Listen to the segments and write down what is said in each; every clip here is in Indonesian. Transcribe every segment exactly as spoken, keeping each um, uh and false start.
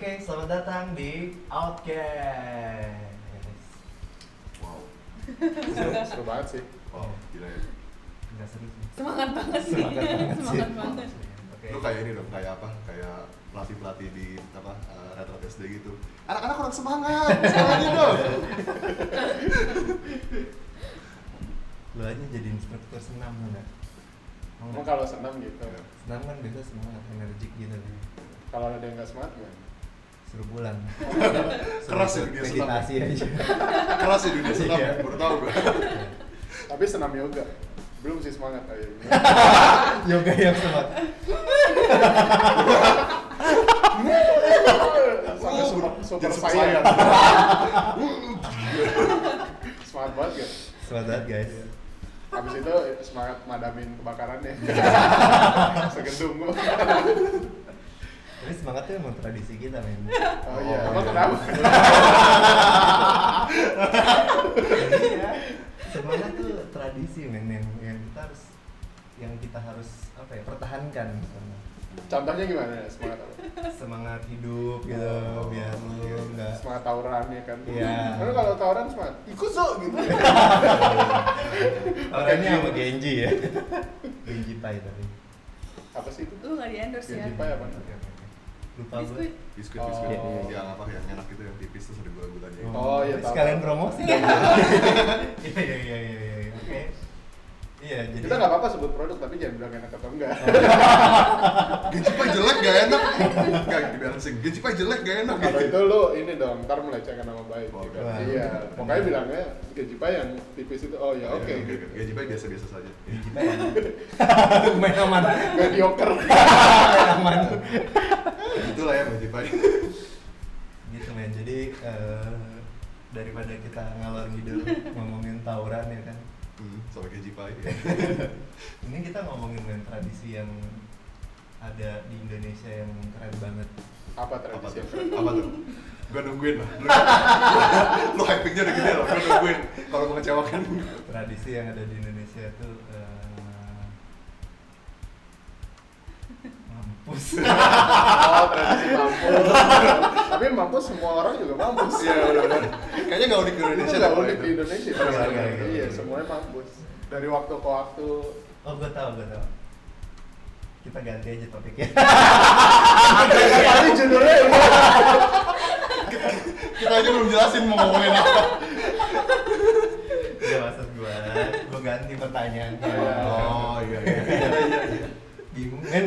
Oke, selamat datang di Outcast. Wow, seru, seru banget sih. wow, gila ya. Enggak seru sih. Semangat banget sih. Semangat banget sih. Semangat banget. Oke. Lu kayak ini dong, kayak apa? Kayak pelatih-pelatih di apa uh, retro S D gitu. Anak-anak kurang semangat, semangatnya dong. Lu aja jadi instruktur senam enggak? Mau Emang nggak? kalau senam gitu. Senam kan biasa semangat, energik gitu. Kalau ada yang nggak semangat gimana? Suruh pulang. Keras ya Suruh dunia meditasi aja. Keras ya dunia senam, Iya. baru tau gue. Tapi senam yoga belum sih semangat ayo. Yoga yang semangat. Sampai super super Jadi super saya. saiyan. Semangat banget ya. Semangat banget, guys. Habis itu semangat madamin kebakarannya. Segedung. Tapi semangatnya emang tradisi kita, men. Oh iya, Oh, emang iya. kenapa? Iya. Semangat tuh tradisi, men, yang, yang kita harus yang kita harus apa ya, pertahankan. Contohnya gimana semangat apa? Semangat hidup gitu, Oh, biar lu enggak Semangat tawuran ya kan? Iya. Karena kalau tawuran semangat, ikut so gitu. orangnya sama Genji ya. Genji Pai tadi. Apa sih itu? Lu nggak di endorse ya? Genji Pai apa? Oke, oke, oke. Lupa gue. Biskuit. Biskuit, Oh. biskuit. Iya, iya. Yang apa, yang enak gitu, yang tipis terus ada gula-gulanya. Oh, iya, tahu. Sekalian promosi. Iya iya iya iya iya. iya. Oke. Iya, jadi Kita nggak apa-apa sebut produk, tapi jangan bilang enak atau enggak. Genji Pai jelek gak enak. Enggak, dibalansin. Genji Pai jelek gak enak. Kalau itu lu ini dong, ntar melecehkan nama baik. Oh, gitu. wah. Iya, pokoknya bilangnya Genji Pai yang tipis itu, oh ya oke. Oke, oke. Genji Pai biasa-biasa saja. Genji Pai. Main aman. Mediocre. Main aman. Itulah ya Genji Pai. Gitu, men. Jadi eh, daripada kita ngalor ngidul ngomongin tawuran ya kan. Hmm, sama Genji Pai. Ini kita ngomongin men tradisi yang ada di Indonesia yang keren banget. Apa Apa tradisi? tuh? Apa tuh? Gue nungguin lah. Lu, lu hypingnya udah gede loh. Gue nungguin. Kalau mengecewakan. Tradisi yang ada di Indonesia tuh eh, mampus. Oh, tradisi mampus. Tapi mampus semua orang juga mampus. Iya, benar-benar. Kayaknya nggak unik di Itu Indonesia. nggak dah, unik itu. di Indonesia. Iya, iya, iya. Iya, semuanya mampus. Dari waktu ke waktu. Oh, gue tahu, gue tahu. Kita ganti aja topiknya. Tadi judulnya ini. Kita aja belum jelasin mau ngomongin apa. Iya, maksud gue. Gue ganti pertanyaannya. Oh iya iya. iya, iya. Bingung kan?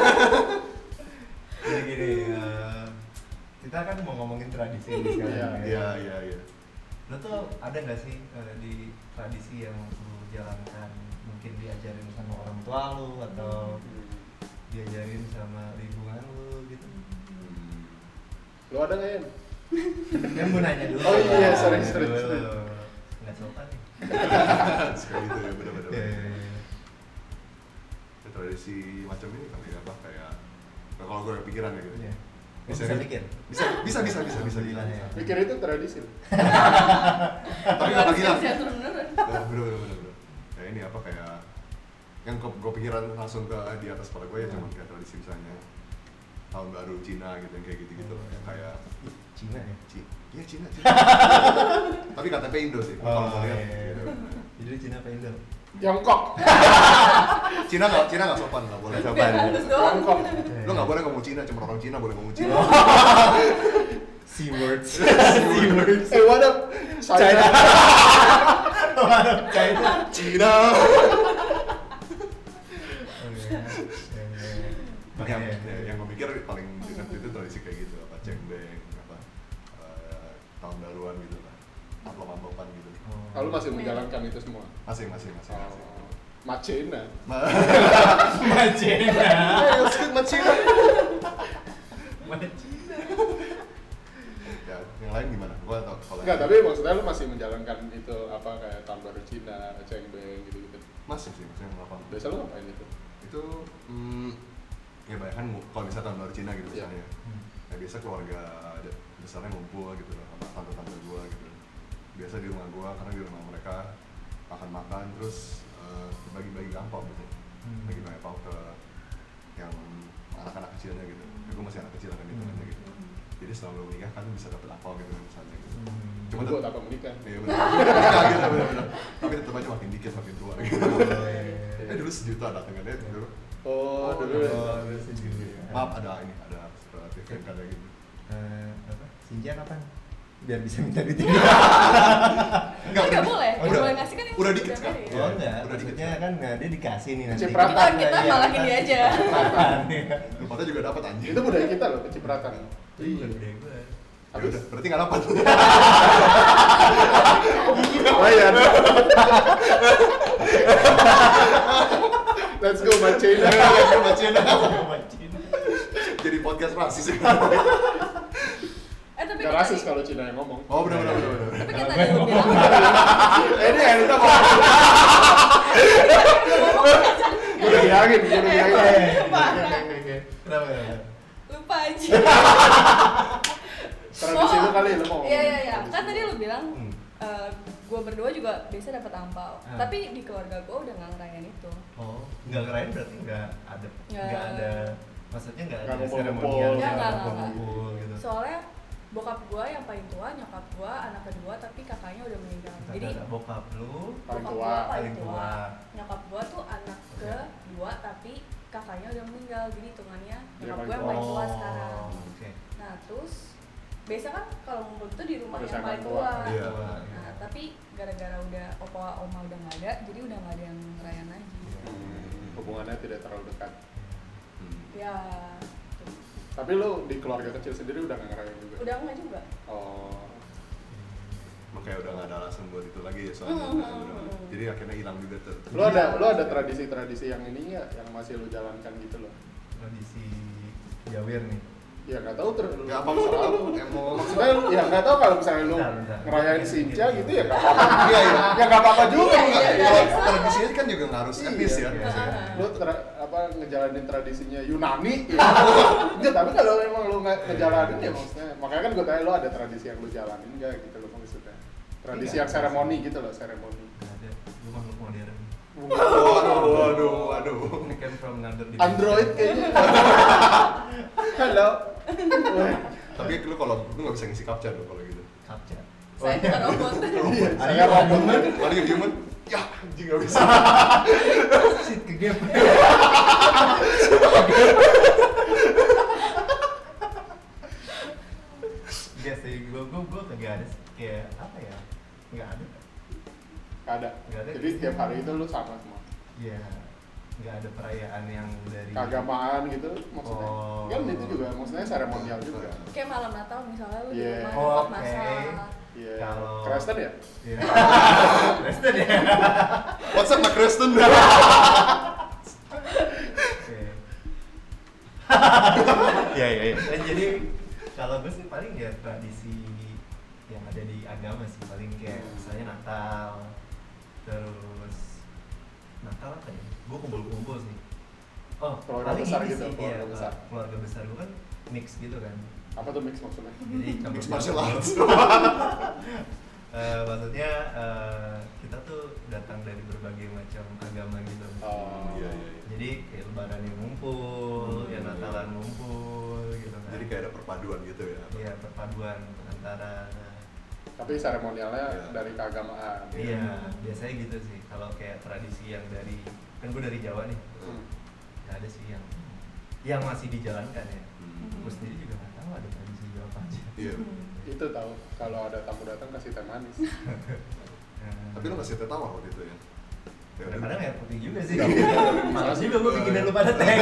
Jadi gini, eh, kita kan mau ngomongin tradisi ini sekarang. Iya, ya. Iya iya iya. Lo tuh ada nggak sih eh, di tradisi yang lo jalankan, mungkin diajarin sama orang tua lo atau diajarin sama lingkungan lo gitu? Hmm. Lu ada nggak ya? Kan mau nanya dulu. Oh iya, Bang. sorry, Nanya sorry, dulu. sorry. Nggak sopan nih. Sekali itu ya benar-benar. Iya, iya, iya. Ya, tradisi macam ini kali apa kayak nah, kalau gue ada pikiran ya gitu. Iya. Bisa, Bisa nih? mikir? Bisa bisa bisa bisa bisa. Alhamdulillah ya. Mikir itu tradisi. Tapi nggak Harus gila. kerja terus-menerus. Bener bener bener bener. Ya ini apa kayak yang gue, gue pikiran langsung ke di atas kepala gue ya cuma kayak tradisi misalnya tahun baru Cina gitu yang kayak gitu-gitu kayak Ih, Cina ya? Ci, iya Cina Cina. Tapi K T P Indo sih. Oh, Kalau mau lihat. iya, iya. gitu. Jadi Cina apa Indo? Tiongkok. Cina nggak Cina nggak sopan nggak boleh. Nggak Biar halus doang. Tiongkok. Lo nggak boleh ngomong Cina, cuma orang Cina boleh ngomong Cina. C words. C words. Eh, what up? China. China. Waduh, China. Cina. yang, ya, yang gue mikir paling dekat itu tradisi kayak gitu apa cengbeng apa eh, tahun baruan gitu lah amplop-amplopan gitu Lalu masih menjalankan itu semua. masing masing masing masing Oh, Macena. Macina. Ayo skip Macina. Macina. Ya yang lain gimana gua tau kalau Enggak, tapi maksudnya lu masih menjalankan itu apa kayak tahun baru Cina, cengbeng gitu-gitu. masih sih masih ngelakuin Biasa lu ngapain itu? itu hmm, ya banyak kan kalau misalnya tahun baru Cina gitu Iya. misalnya ya biasa keluarga ada besarnya ngumpul gitu loh sama tante-tante gua gitu biasa di rumah gua karena di rumah mereka makan-makan terus uh, bagi-bagi angpau gitu Hmm. bagi-bagi angpau ke yang anak-anak kecilnya gitu ya, gua masih anak kecil kan itu Hmm. gitu jadi selama lu menikah kan lu bisa dapet apa gitu misalnya gitu. Hmm. Cuma Gue tetap tak menikah. iya benar menikah gitu benar-benar tapi tetap aja makin dikit makin tua gitu. Eh dulu sejuta datangannya dulu. Oh, dulu. Oh, dulu sejuta. Maaf ada ini ada relatif yang kayak gitu. Eh, apa? Sinja kapan? Biar bisa minta duit. Enggak, Kan nggak boleh, udah, nggak boleh ngasih kan yang udah sudah dikit dari. sekarang. Oh enggak, Udah dikit. maksudnya kan nggak dia dikasih nih nanti. Cipratan. Kita kita Iya, malahin kita dia aja. cipratan, iya. Lupatnya juga dapat anjing. Itu budaya kita loh, kecipratan. Itu bukan ide gue. Ya udah, berarti nggak dapat. Oh iya. Let's go Macena. Jadi podcast rasis. Eh tapi Gak kita rasis nih- kalau Cina yang ngomong. Oh benar benar benar. benar. Tapi kita tadi lu bilang Eh ini yang kita mau. Gue udah bilangin, gue udah bilangin. Parah. Kenapa kenapa? lupa aja. Tradisi Oh. itu kali lu mau. Iya iya iya. Kan tadi lu bilang Hmm. eh, gue berdua juga biasa dapat angpau. Ah. Tapi di keluarga gue udah nggak ngerayain itu. Oh, nggak ngerayain berarti nggak ada, Nggak. nggak ada, maksudnya nggak Nggak ada ngumpul-ngumpul. seremonial, Nggak, nggak nggak, nggak. ngumpul gitu. Soalnya bokap gue yang paling tua, nyokap gue anak kedua, tapi kakaknya udah meninggal. Nggak Jadi ada bokap lu, Paling bokap tua. gua paling Paling tua. tua. Nyokap gue tuh anak kedua, tapi kakaknya udah meninggal. Jadi hitungannya Dia nyokap paling gue yang tua. paling tua Oh, sekarang. Oke. Nah terus biasa kan kalau ngumpul tuh di rumah Ada yang sangat paling tua. tua. Iya. Nah tapi gara-gara udah opa oma udah nggak ada, jadi udah nggak ada yang ngerayain lagi. Hmm, hubungannya tidak terlalu dekat. Hmm. Ya Tapi lu di keluarga kecil sendiri udah nggak ngerayain juga? udah nggak juga. Oh. Makanya udah nggak ada alasan buat itu lagi ya soalnya. Hmm, Udah- hmm, udah- hmm. Jadi akhirnya hilang juga tuh. Lu ada lu ada tradisi-tradisi yang ini ya yang masih lu jalankan gitu loh? Tradisi Jawir nih. Ya nggak tahu terus. Ya apa selalu emo. Maksudnya lu- ya nggak tahu kalau misalnya lu Bentar, bentar. ngerayain Mungkin- Sinca mungkin- gitu ya nggak apa-apa. Iya iya. Ya nggak apa-apa juga. Iya, nggak- iya, Kalau iya. tradisinya kan juga nggak harus Iya. etnis ya. Iya. biasanya. Lu tra- apa ngejalanin tradisinya Yunani ya. Enggak, tapi kalau emang lu nggak ngejalanin ya maksudnya makanya kan gue tanya lu ada tradisi yang lu jalanin nggak gitu loh maksudnya tradisi Iya. yang seremoni gitu loh seremoni. Nggak ada, gue makhluk modern. Waduh waduh waduh. I came from another dimension. Android kayaknya. Halo. Tapi lu kalau lu nggak bisa ngisi captcha lo kalau gitu. Captcha. Saya bukan robot. Iya, saya robot. Are you human? Ya, anjing nggak bisa. Shit, ke game. Gak sih, gue gue gue kagak ada sih. Kayak apa ya? Nggak ada. Nggak ada. Nggak ada. Jadi tiap hari itu lu sama semua. Iya, nggak ada perayaan yang dari Keagamaan gitu maksudnya. Oh. Kan itu juga maksudnya seremonial juga. Kayak malam Natal misalnya lu di Iya. rumah Oh, dapat oke. masak. Iya. Kalau- Kristen ya? Iya. Kristen ya. What's up, Mak Kristen? Oke. Iya iya iya. Nah, jadi kalau gue sih paling ya tradisi yang ada di agama sih paling kayak misalnya Natal, terus Natal apa ya? Gue kumpul-kumpul sih. Oh, Keluarga paling besar ini gitu, sih, keluarga iya, besar. keluarga besar gue kan mix gitu kan. Apa tuh mix maksudnya? Jadi campur Mixed martial campur. arts. Eh, maksudnya eh, kita tuh datang dari berbagai macam agama gitu. Oh. Iya iya. iya. Jadi kayak lebaran yang ngumpul, Hmm, ya iya, Natalan iya. ngumpul gitu kan. Jadi kayak ada perpaduan gitu ya. Iya, perpaduan antara Tapi seremonialnya Iya. dari keagamaan. iya, biasanya gitu sih. Kalau kayak tradisi yang dari kan gue dari Jawa nih. Hmm. Ya ada sih yang yang masih dijalankan ya. Hmm. Gue sendiri juga nggak tahu ada tradisi Jawa apa aja. Iya. Itu tahu kalau ada tamu datang kasih teh manis. Nah, Tapi lu ngasih teh tawar waktu itu ya. Ya udah. kadang-kadang air putih juga sih. Iya. Malas juga gue bikinin lu pada teh.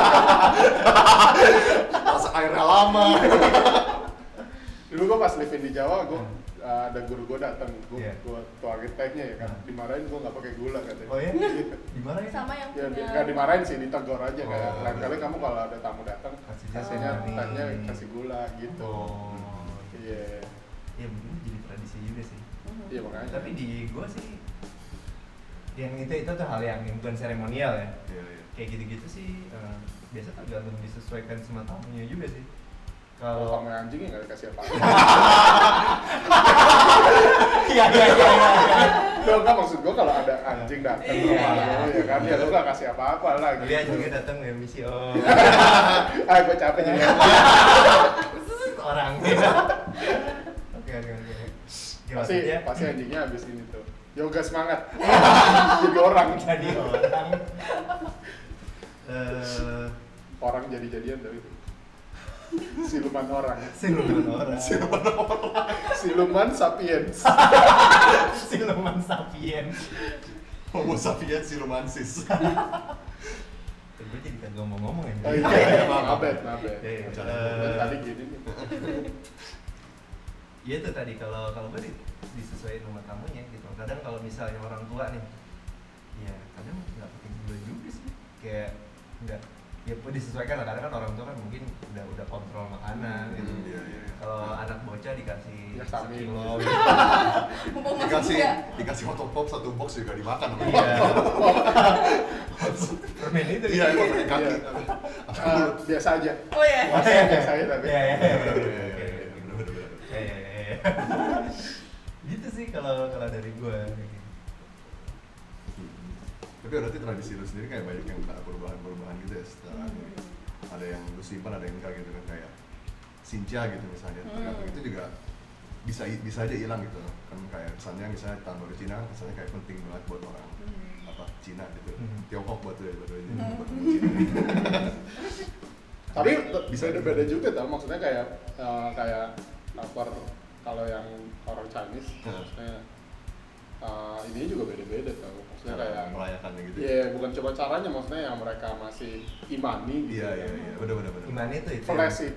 Rasa airnya lama. Dulu gua pas live di Jawa, gua uh, ada guru gua datang, gua Iya. gua tuangin tehnya ya kan. Hmm. Dimarahin gua nggak pakai gula katanya. Oh ya? Dimarahin? Sama yang Ya, punya nggak dimarahin sih, ditegur aja Oh. kayak lain kali kamu kalau ada tamu datang Kasihnya kasihnya manis. tehnya kasih gula gitu. Oh. Iya. Ya mungkin jadi tradisi juga sih. Mhm. Iya makanya. Tapi di gua sih yang itu itu tuh hal yang bukan seremonial ya. Iya iya. Kayak gitu-gitu sih eh, biasa tergantung disesuaikan sama tamunya juga sih. Kalau Kalau kamu anjing ya nggak dikasih apa-apa. iya iya iya iya. Lo nggak maksud gua kalau ada anjing datang ke Iya, rumah iya. lo ya kan ya lo nggak kasih apa-apa lah. Tapi anjingnya datang ya misi om. Ah gua capek jadi. orang. Oke oke oke. Ya, Pasti maksudnya pasti anjingnya habis ini tuh. Yoga semangat. Jadi orang. jadi orang. Eh, Orang jadi-jadian tapi itu. Siluman orang. siluman orang. Siluman sapiens. Siluman sapiens. Homo sapiens silumansis. Gue jadi kagak ngomong-ngomong ya. Oh iya, mabet, mabet. Iya, iya. Dan tadi gini nih. Iya itu tadi kalau kalau gue di- disesuaikan rumah tamunya gitu. Kadang kalau misalnya orang tua nih, ya kadang nggak penting gue juga sih. Kayak nggak, ya pun disesuaikan lah. Kadang kan orang tua kan mungkin udah udah kontrol makanan gitu. Hmm, iya, iya, iya. Kalau anak bocah dikasih Ya, sami. sekilo, Mumpung masih Dikasih muda. dikasih hot pop satu box juga dimakan sama iya. dia. Permen itu. Iya, itu pakai kaki. Iya. Eh, biasa aja. Oh ya. Masih biasa aja tapi. Iya iya. Iya, iya. bener, bener, Oke, bener, oke. bener, bener, bener. Iya, iya, iya. Gitu sih kalau kalau dari gue. Tapi berarti tradisi lu sendiri kayak banyak yang ada perubahan-perubahan gitu ya setelah Hmm. ini. Ada yang lu simpan, ada yang enggak gitu kan, kayak Sinja gitu misalnya. Hmm. Tergantung itu juga bisa bisa aja hilang gitu kan, kayak kesannya misalnya tahun baru Cina kesannya kayak penting banget buat orang Hmm. apa Cina gitu. Hmm. Tiongkok buat lu ya, buat lu ini, Hmm. buat orang Cina. Tapi Bisa bisa beda juga tau, maksudnya kayak eh, kayak lapar kalau yang orang Chinese, Hmm. maksudnya eh, ini juga beda-beda tau, maksudnya Cara kayak merayakannya gitu. iya bukan cuma caranya, maksudnya yang mereka masih imani gitu. Iya iya iya, benar benar benar. Gimana itu itu? Flash itu.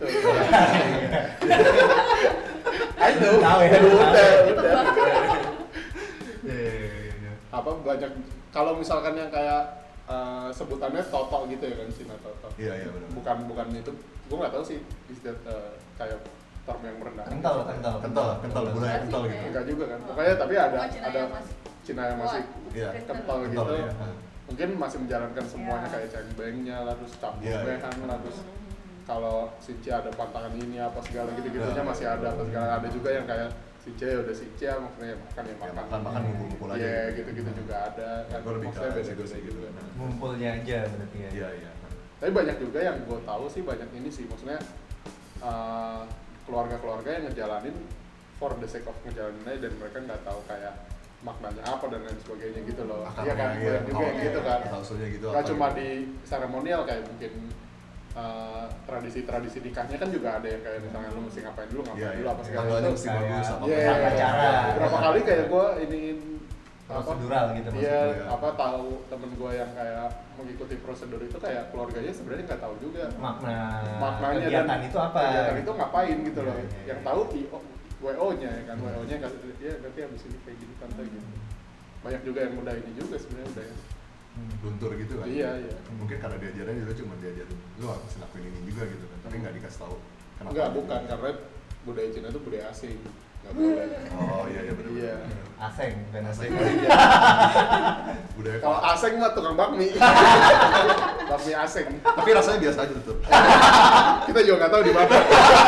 I know. Tahu ya. Udah, udah. Iya, iya, iya. Apa banyak kalau misalkan yang kayak eh, sebutannya toto gitu ya kan, Cina toto. Iya iya benar. Bukan bukan itu, gue nggak tahu sih istilah eh, kayak term yang merendahkan. Kental, kental. Kental, kental, budaya kental gitu. Enggak juga kan. Pokoknya tapi ada Oh, Cina ada yang masih Cina yang masih Iya. kental Kental, gitu. iya. Mungkin masih menjalankan semuanya Iya. kayak cengbengnya lah, terus cap Iya, iya. gobehan lah, terus kalau Sinci ada pantangan ini apa segala gitu-gitunya Iya. masih ada apa segala. Ada juga yang kayak Sinci ya udah Sinci ya, maksudnya ya makan ya Ya, makan. makan makan ngumpul-ngumpul aja. Iya, gitu-gitu juga ada. Kan Gue lebih ke maksudnya situ beda-beda sih gitu. juga. Ngumpulnya aja berarti ya. Iya iya. Tapi banyak juga yang gue tahu sih, banyak ini sih, maksudnya eh, keluarga-keluarga yang ngejalanin for the sake of ngejalanin aja, dan mereka nggak tahu kayak maknanya apa dan lain sebagainya gitu loh. Iya kan, Akarnya, banyak juga yang oh, gitu iya, kan. asal-usulnya gitu. Nggak apa cuma gitu. di seremonial, kayak mungkin eh, tradisi-tradisi nikahnya kan juga ada yang kayak misalnya lu mesti ngapain dulu, ngapain Iya, dulu iya. apa segala Tanggalnya itu. mesti Kayak- bagus apa Iya, Tata cara. berapa kali kayak gue iniin apa Prosedural gitu Iya, maksudnya, ya. apa tahu temen gue yang kayak mengikuti prosedur itu kayak keluarganya sebenarnya nggak tahu juga Makna maknanya kegiatan dan itu apa? kegiatan itu ngapain gitu Iya, loh. iya, iya. Yang tahu I O, W O-nya ya kan, Hmm. W O-nya kasih dia nanti habis ini kayak gini tante gitu. Banyak juga yang udah ini juga sebenarnya udah ya. Hmm. luntur gitu kan. Iya, iya. Mungkin karena diajarannya juga cuma diajarin lu harus ngelakuin ini juga gitu kan. Tapi nggak dikasih tahu kenapa. Enggak, bukan karena budaya Cina itu budaya asing. Enggak boleh. Oh iya iya benar. Iya. Aseng, bukan aseng. Budaya Kalau kalau asing mah tukang bakmi. Bakmi asing. tapi rasanya biasa aja tuh. Kita juga nggak tahu di mana.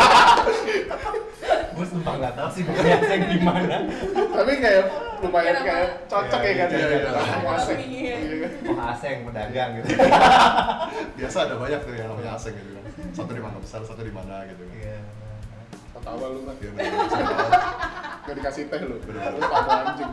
Gue sumpah nggak tahu sih bukan aseng di mana. Tapi kayak lumayan Kenapa? kayak cocok Iya, ya kan iya, ya. iya. Bakmi asing. Iya. Iya. Oh aseng, pedagang gitu. Biasa ada banyak tuh yang namanya asing gitu kan. Satu di Mangga Besar, satu di mana gitu kan. Iya. Ketawa lu kan. Iya benar. Saya tahu. Gak dikasih teh lu. Bener-bener. Lu pada anjing.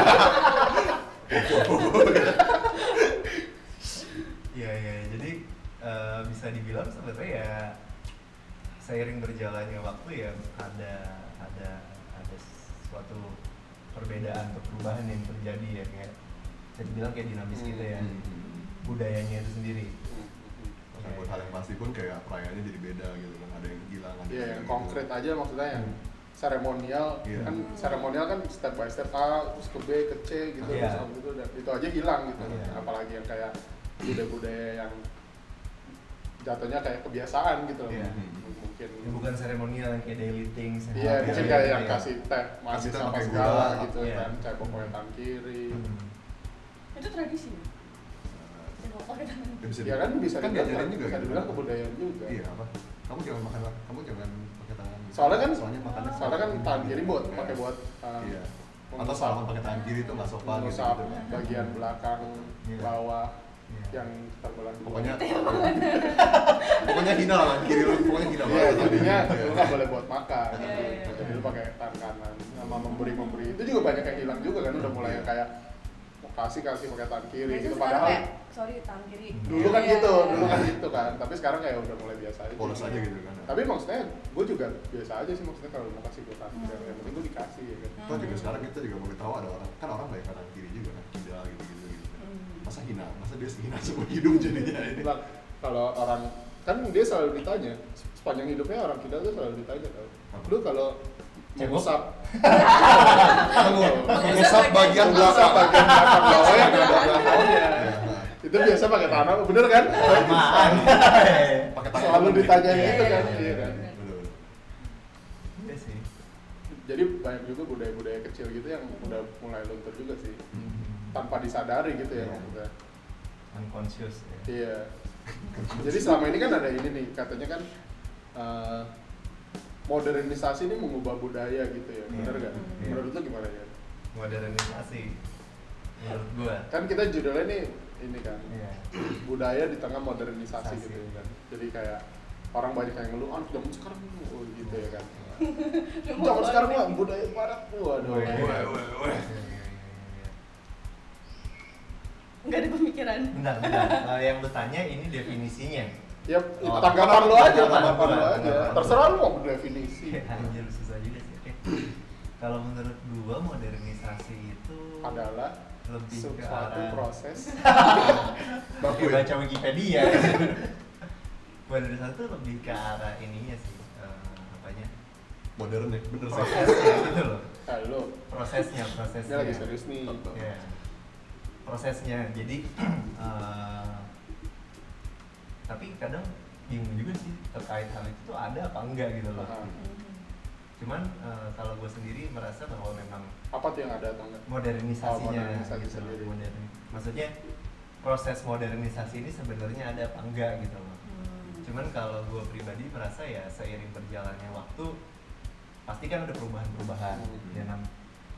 Iya iya, jadi eh, bisa dibilang sebenarnya ya seiring berjalannya waktu ya ada ada ada suatu perbedaan atau perubahan yang terjadi ya, kayak bisa dibilang kayak dinamis gitu ya, Hmm. budayanya itu sendiri. Nah, buat hal yang pasti pun kayak perayaannya jadi beda gitu kan. Ada yang hilang, ada Iya, yang gitu. konkret aja maksudnya yang Hmm. seremonial. Iya. Kan seremonial kan step by step A terus ke B ke C gitu, Iya. terus habis itu dan itu aja hilang gitu. Iya. Apalagi yang kayak budaya-budaya yang jatuhnya kayak kebiasaan gitu loh. Iya. Mungkin Ya, bukan seremonial yang kayak daily things. yang iya, apa mungkin gitu kayak ya. yang kasih teh masih Kasih teh sama pakai segala gula, gitu iya. kan, kayak pokoknya tangan kiri. Hmm. Itu tradisi. Nah, Yang mau pakai tangan. ya bisa Ya kan bisa kan dibilang, diajarin juga bisa gitu dibilang kan. kebudayaan juga. Iya apa? Kamu jangan makan, kamu jangan pakai tangan. Soalnya kan- soalnya makannya Soalnya kan tangan kiri buat Iya. pakai buat uh, Iya. Atau mengusap- salaman pakai tangan kiri itu nggak sopan gitu. mengusap gitu. bagian belakang, Iya. bawah. yang terbelah dua. Pokoknya pokoknya hina lah, kiri lu pokoknya hina Iya, banget. jadinya Iya. lu nggak boleh buat makan. Iya, iya, iya. Jadi lu pakai tangan kanan sama memberi memberi itu juga banyak yang hilang juga kan, udah mulai yang kayak mau kasih kasih pakai tangan kiri Biasanya gitu. sekarang Padahal kayak sorry tangan kiri. dulu kan Iya, gitu, iya, dulu iya. kan gitu kan. Tapi sekarang kayak udah mulai biasa aja. Polos aja gitu kan. Tapi maksudnya gue juga biasa aja sih, maksudnya kalau mau kasih gue tangan kiri, Hmm. yang penting gue dikasih ya kan. Toh juga sekarang kita juga boleh tahu ada orang, kan orang banyak kanan kiri juga kan, kidal gitu-gitu gitu. Hmm. Masa hina, masa dia hina semua hidup jadinya ini. Nah, kalau orang kan dia selalu ditanya sepanjang hidupnya orang kita tuh selalu ditanya tau. Apa? Lu kalau mengusap Mengusap bagian mengusap belakang. bagian belakang bawah yang ada Iya. belakangnya. Itu biasa pakai tangan, bener kan? Samaan. Pakai tangan Selalu ditanya Iya, gitu kan, iya, iya kan. bener. Bener. Iya sih. Jadi banyak juga budaya-budaya kecil gitu yang udah mulai luntur juga sih, Hmm. tanpa disadari gitu ya Iya. maksudnya. Unconscious ya. Iya. Jadi selama ini kan ada ini nih, katanya kan eh, modernisasi ini mengubah budaya gitu ya, bener Iya. gak? Iya. Menurut lu gimana ya? Modernisasi. Menurut gua. Kan kita judulnya nih ini kan, Iya. budaya di tengah modernisasi Sasi. gitu ya kan. Jadi kayak orang banyak yang ngeluh, ah zaman sekarang oh, gitu ya kan. Zaman sekarang mah budaya barat, waduh. Woi, Iya. woi, woi, woi. Nggak ada pemikiran. Bentar, bentar. Eh, yang lu tanya ini definisinya. Ya, Oh, tanggapan lo aja, tanggapan tanggapan gua, lo aja. tanggapan Terserah gua. lu mau berdefinisi. Anjir susah juga sih. Oke. Kalau menurut gua modernisasi itu Adalah lebih ke suatu arah proses. Oke, baca Wikipedia. Modernisasi itu lebih ke arah ininya sih. eh, apanya? Modern ya, bener sih. Prosesnya gitu loh. Nah, lu Prosesnya, ini prosesnya. lagi serius nih. Ya. Prosesnya. Jadi eh, tapi kadang bingung juga sih terkait hal itu tuh ada apa enggak gitu loh. Nah, Cuman eh, kalau gue sendiri merasa bahwa memang apa tuh yang ada atau enggak? modernisasinya Oh, modernisasi gitu loh, sendiri. modern. Maksudnya proses modernisasi ini sebenarnya ada apa enggak gitu loh. Hmm. Cuman kalau gue pribadi merasa ya seiring berjalannya waktu pasti kan ada perubahan-perubahan. Hmm. Ya nam-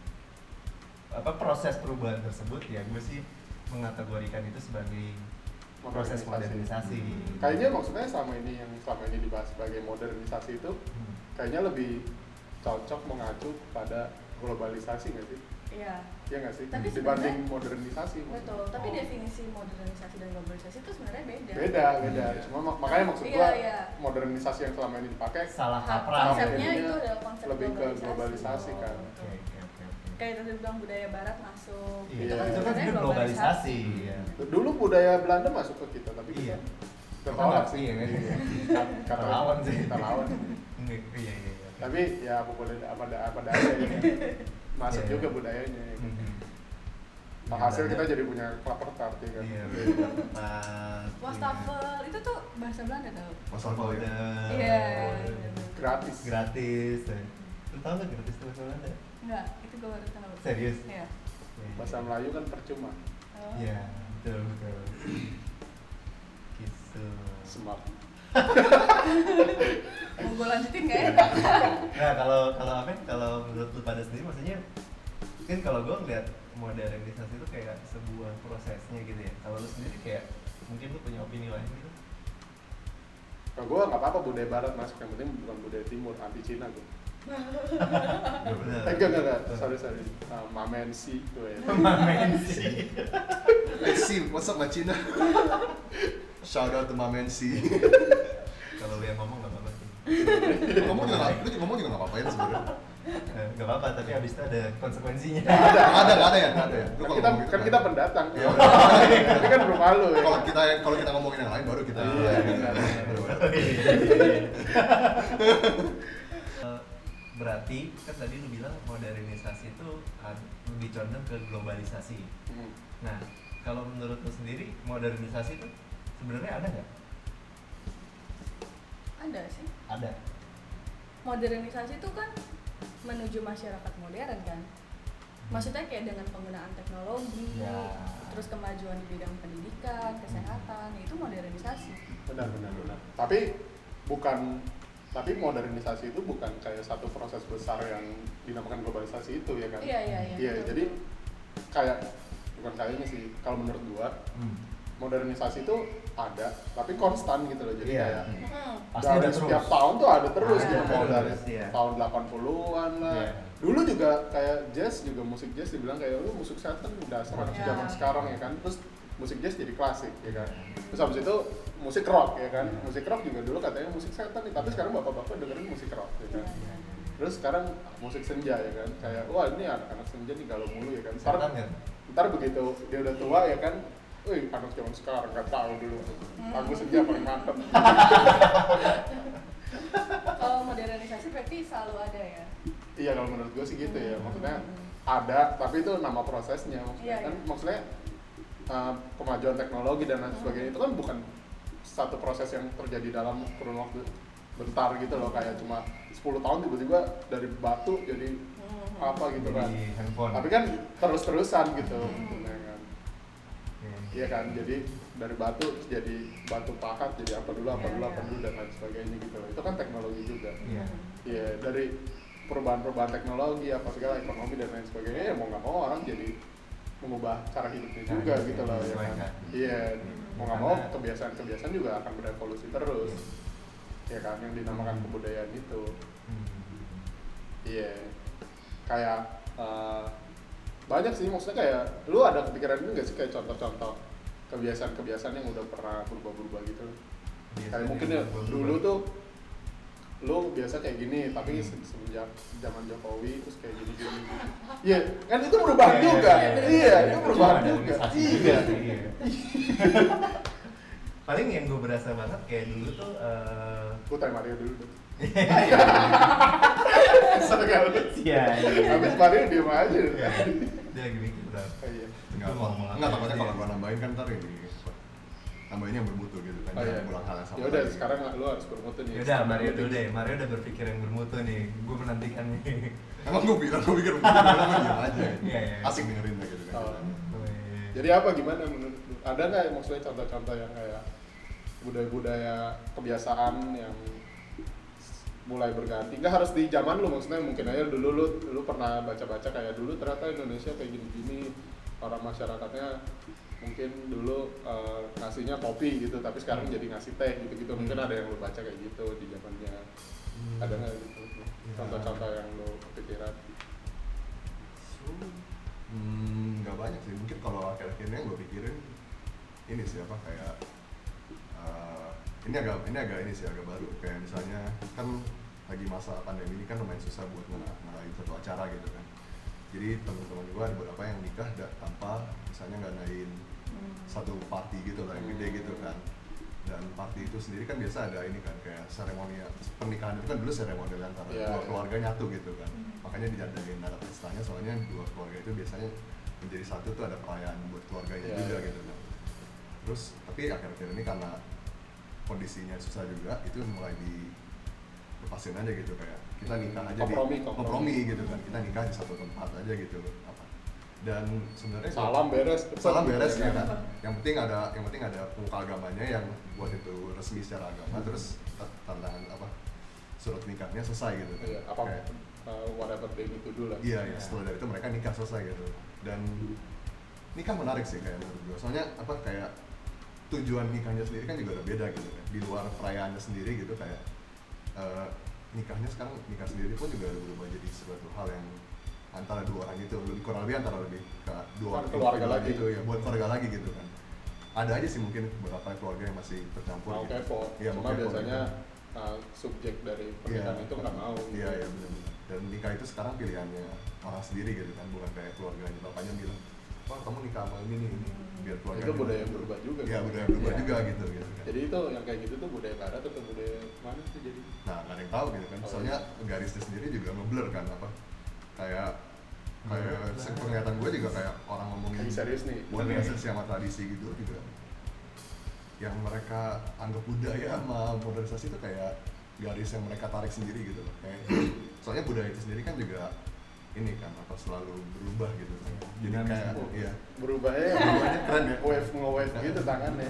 apa proses perubahan tersebut ya gue sih mengategorikan itu sebagai proses modernisasi. Hmm. Kayaknya maksudnya selama ini yang selama ini dibahas sebagai modernisasi itu Hmm. kayaknya lebih cocok mengacu pada globalisasi nggak sih? Iya. Iya nggak sih? Tapi Dibanding sebenarnya- modernisasi. Betul, tapi Oh. definisi modernisasi dan globalisasi itu sebenarnya beda. Beda, beda. Iya. Cuma mak- makanya maksud Iya, gua iya. modernisasi yang selama ini dipakai Salah Ha- kaprah. konsepnya Jadinya itu adalah konsep lebih ke globalisasi. globalisasi kan. Oh, Oke, betul. oke, oke, oke. Kayak tadi bilang budaya barat masuk. Iya, Itu kan itu kan sebenarnya sebenarnya globalisasi. Iya. dulu budaya Belanda masuk ke kita, tapi Iya. kita kita Kita tolak nggak sih. iya kan? Kan- Karena Terlawan sih. kita lawan. Enggak, iya, iya, iya. Tapi ya apa boleh apa ada apa daya ya. Masuk Iya, juga iya. budayanya. Ya. Mhm. Nah, hasil kita jadi punya klaper tart ya kan. Iya, benar. Pas Wastafel itu tuh bahasa Belanda tau? Wastafel ya. Udah. Iya. Gratis. Gratis. Lu tau nggak gratis itu bahasa Belanda? Enggak, itu gue baru tahu. Serius? Iya. Bahasa Melayu kan percuma. Oh. Iya, betul betul. Gitu. Smart. Mau gue lanjutin nggak enak? Nah kalau kalau apa? Kalau menurut lu pada sendiri, maksudnya kan kalau gue ngeliat modernisasi itu kayak sebuah prosesnya gitu ya. Kalau lu sendiri kayak mungkin lu punya opini lain gitu? Kalau gue nggak apa-apa budaya barat masuk, yang penting bukan budaya timur, anti Cina gue. Nggak benar. Eh enggak enggak enggak, sorry sorry. Uh, Mamensi gue ya. Mamen sih. Let's see, what's up Macina? Shout out to Mamen si. Kalau lu yang ngomong nggak apa-apa sih. Ngomong juga nggak, lu ngomong juga nggak apa-apain sebenarnya. Eh, Nggak apa-apa, tapi habis itu ada konsekuensinya. Ada, ada, nggak ada ya, nggak ada ya. Lu Kan kalau kita ngomong gitu kan nggak kita ada. pendatang. Iya. Tapi kan rumah lu ya. Kalau kita kalau kita ngomongin yang lain baru kita. Iya, benar. Eh, Berarti kan tadi lu bilang modernisasi itu ad- lebih condong ke globalisasi. Hmm. Nah, kalau menurut lu sendiri modernisasi itu sebenarnya ada nggak? Ada sih. Ada. Modernisasi itu kan menuju masyarakat modern kan. Maksudnya kayak dengan penggunaan teknologi, Ya. terus kemajuan di bidang pendidikan, kesehatan, itu modernisasi. Benar benar benar. Tapi bukan tapi modernisasi itu bukan kayak satu proses besar yang dinamakan globalisasi itu ya kan? Iya, iya, iya, Iya, betul. jadi kayak bukan kayaknya sih, kalau menurut gua Hmm. modernisasi itu ada tapi konstan gitu loh, jadi Iya. kayak Hmm. Pasti dari ada setiap terus. tahun tuh ada terus Ada gitu, mau terus, dari iya. tahun delapan puluhan lah. Iya. Dulu juga kayak jazz juga, musik jazz dibilang kayak lu musik Satan dasar anak Iya. zaman sekarang ya kan. Terus musik jazz jadi klasik ya kan. Terus habis itu musik rock ya kan. Musik rock juga dulu katanya musik setan nih, tapi sekarang bapak-bapak dengerin musik rock ya kan. Terus sekarang musik senja ya kan. Kayak wah ini anak-anak senja nih galau mulu ya kan. Ntar, Setan kan? ntar begitu dia udah tua ya kan, wih anak zaman sekarang nggak tahu dulu lagu senja paling mantep. Kalau modernisasi berarti selalu ada ya. Iya kalau menurut gue sih gitu ya, maksudnya ada tapi itu nama prosesnya maksudnya Iya, kan iya. maksudnya uh, kemajuan teknologi dan lain sebagainya itu kan bukan satu proses yang terjadi dalam kurun waktu bentar gitu loh, kayak cuma sepuluh tahun tiba-tiba dari batu jadi apa gitu kan. Jadi handphone. Tapi kan terus-terusan gitu, ya kan. Iya. Iya kan, jadi dari batu terus jadi batu pahat, jadi apa dulu apa Iya, dulu iya. apa dulu dan lain sebagainya gitu. Itu kan teknologi juga. Iya. Iya, dari perubahan-perubahan teknologi apa segala ekonomi dan lain sebagainya ya mau nggak mau orang jadi mengubah cara hidupnya Cara juga hidupnya gitu loh ya kan. menyesuaikan. Iya, Hmm. mau nggak mau Karena- kebiasaan-kebiasaan juga akan berevolusi terus. Ya kan, yang dinamakan kebudayaan itu. Hmm. Iya, kayak uh, banyak sih, maksudnya kayak lu ada kepikiran ini nggak sih kayak contoh-contoh kebiasaan-kebiasaan yang udah pernah berubah-berubah gitu? Biasanya Kayak mungkin ya berubah-ubah. dulu tuh lu biasa kayak gini, tapi se- semenjak zaman Jokowi terus kayak gini-gini. Iya, kan itu perubahan Iya, juga. iya, iya. Iya, itu Itu perubahan ada juga. organisasi Iya. juga, iya. Paling yang gue berasa banget kayak dulu tuh eh, Gue tanya Mario dulu deh. Kesel kali. Iya, iya. Habis Mario diem aja. Iya. Dia lagi mikir udah. Iya. Enggak, Itu ngomong apa enggak ya? takutnya kalau gua nambahin kan ntar ini apa, nambahinnya yang bermutu gitu kan, Oh, jangan iya. ulang hal yang sama Ya udah, lagi. sekarang lu harus bermutu nih. Yaudah Mario dulu deh, Mario udah berpikir yang bermutu nih. Gue menantikan nih. Emang gua bilang, gua pikir bermutu, gua diam aja Iya, iya. asik dengerin gitu kan. Oh. Wih. Jadi apa gimana menurut lu? Ada nggak maksudnya contoh-contoh yang kayak budaya-budaya kebiasaan yang mulai berganti? Nggak harus di zaman lu, maksudnya mungkin aja dulu lu lu pernah baca-baca kayak dulu ternyata Indonesia kayak gini-gini, orang masyarakatnya mungkin dulu uh, ngasihnya kopi gitu, tapi sekarang jadi ngasih teh gitu-gitu. Mungkin ada yang lu baca kayak gitu di zamannya. Ada nggak gitu? Ya. Contoh-contoh yang lu kepikiran? Hmm, nggak banyak sih. Mungkin kalau akhir-akhir ini yang gue pikirin ini sih apa kayak uh, ini agak ini agak ini sih agak baru. Kayak misalnya kan lagi masa pandemi ini kan lumayan susah buat ngera- ngerayain satu acara gitu kan. Jadi teman-teman gue ada beberapa yang nikah da- tanpa misalnya nggak ngadain satu party gitu lah yang gede gitu kan. Dan party itu sendiri kan biasa ada ini kan kayak seremonial pernikahan itu kan dulu seremonial antara Iya, dua iya. keluarga nyatu gitu kan. Makanya dijadiin ada pestanya soalnya dua keluarga itu biasanya menjadi satu tuh ada perayaan buat keluarganya Iya, juga iya. gitu kan. Terus tapi akhir-akhir ini karena kondisinya susah juga itu mulai di lepasin aja gitu kayak kita nikah aja Kompromi, di kompromi. kompromi gitu kan, kita nikah di satu tempat aja gitu apa dan sebenarnya Salam beres. salam beres ya kan, yang penting ada yang penting ada pemuka agamanya yang buat itu resmi secara agama, terus t- tantangan apa surat nikahnya selesai gitu kan. Iya, apa Kayak, uh, whatever they need to do lah. iya ya setelah dari itu mereka nikah selesai gitu dan nikah menarik sih kayak menurut gue soalnya apa kayak tujuan nikahnya sendiri kan juga udah beda gitu kan di luar perayaannya sendiri gitu kayak eh, nikahnya sekarang nikah sendiri pun juga udah berubah jadi suatu hal yang antara dua orang itu lebih kurang lebih antara lebih ke dua Bukan keluarga keluarga lagi. gitu ya buat keluarga lagi gitu kan ada aja sih mungkin beberapa keluarga yang masih tercampur Mau gitu. kepo, Iya, mau cuma kepo biasanya gitu. uh, subjek dari pernikahan Iya. itu nggak mau. gitu. Iya iya benar-benar. Dan nikah itu sekarang pilihannya orang sendiri gitu kan, bukan kayak keluarganya bapaknya bilang, wah kamu nikah sama ini nih, ini biar keluarga. Itu budaya yang berubah juga. Iya kan? budaya berubah Iya. juga gitu gitu kan. Jadi itu yang kayak gitu tuh budaya barat atau budaya mana sih jadi? Nah nggak ada yang tahu gitu kan. Oh, Soalnya garisnya sendiri juga ngeblur kan apa kayak kayak penglihatan gue juga kayak orang ngomongin Lagi serius nih. modernisasi sama tradisi gitu juga yang mereka anggap budaya sama modernisasi itu kayak garis yang mereka tarik sendiri gitu loh kayak soalnya budaya itu sendiri kan juga ini kan apa selalu berubah gitu kan jadi Dinamis. kayak Oh, iya berubahnya ya, Berubahnya keren ya. wave nge-wave gitu tangannya.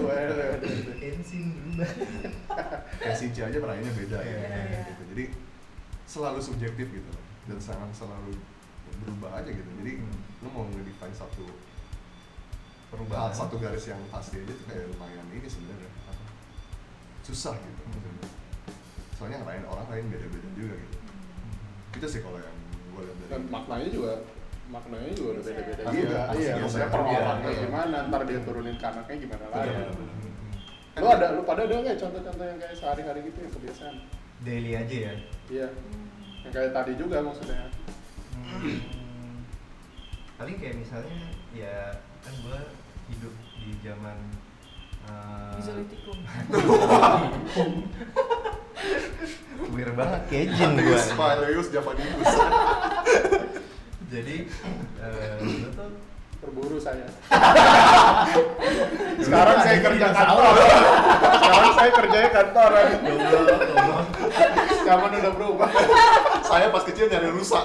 Tensing berubah. kayak Sinci aja perayaannya beda ya Iya, iya. gitu jadi selalu subjektif gitu loh dan sangat selalu berubah aja gitu jadi Hmm. lu mau ngedefine satu perubahan satu garis yang pasti aja tuh kayak lumayan ini sebenarnya apa, susah gitu. Hmm. Soalnya ngerayain orang lain beda-beda juga gitu. Hmm. Itu sih kalau yang gue lihat dari Dan maknanya juga maknanya juga udah beda-beda Pasti juga. pasti Iya, beda. maksudnya Iya, perlakuannya iya. gimana, ntar dia turunin ke anaknya gimana lagi. Benar, Hmm. benar. Lu ada, lu pada ada nggak contoh-contoh yang kayak sehari-hari gitu yang kebiasaan? Daily aja ya. Iya, yang kayak tadi juga maksudnya. Hmm. Paling kayak misalnya ya kan gue hidup di zaman uh, Mesolitikum. weird banget kejin gue. Deus Paleus Japanibus. Jadi uh, gue tuh Berburu saya. Sekarang saya kerja Jadi kantor. Sekarang saya kerjanya kantoran. goblok, goblok. Zaman udah berubah. Saya pas kecil nyari rusak.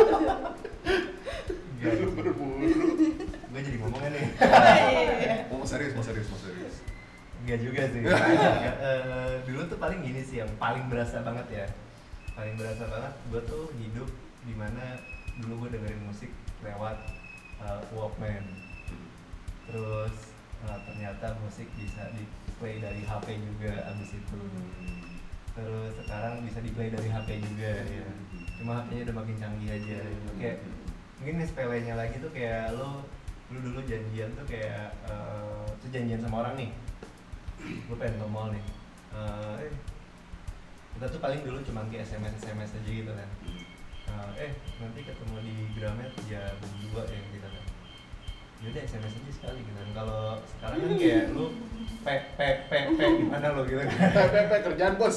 Enggak, Lu berburu. gue jadi ngomongnya nih. Oh, mau serius, mau serius, mau serius. Enggak juga sih. Enggak, eh, dulu tuh paling gini sih yang paling berasa banget ya. Paling berasa banget gue tuh hidup di mana dulu gue dengerin musik lewat uh, Walkman. Terus uh, ternyata musik bisa di play dari H P juga abis itu. Terus sekarang bisa di play dari H P juga ya. Cuma H P-nya udah makin canggih aja. Kayak mungkin nih sepelenya lagi tuh kayak lo lu dulu janjian tuh kayak uh, tuh janjian sama orang nih. Lu pengen ke mall nih. Uh, eh kita tuh paling dulu cuma ke S M S S M S aja gitu kan. Uh, eh nanti ketemu di Gramet jam dua ya gitu kan. Yaudah S M S aja sekali gitu kan. Kalau sekarang kan kayak lu pe pe pe pe gimana lo gitu kan. P P P kerjaan bos.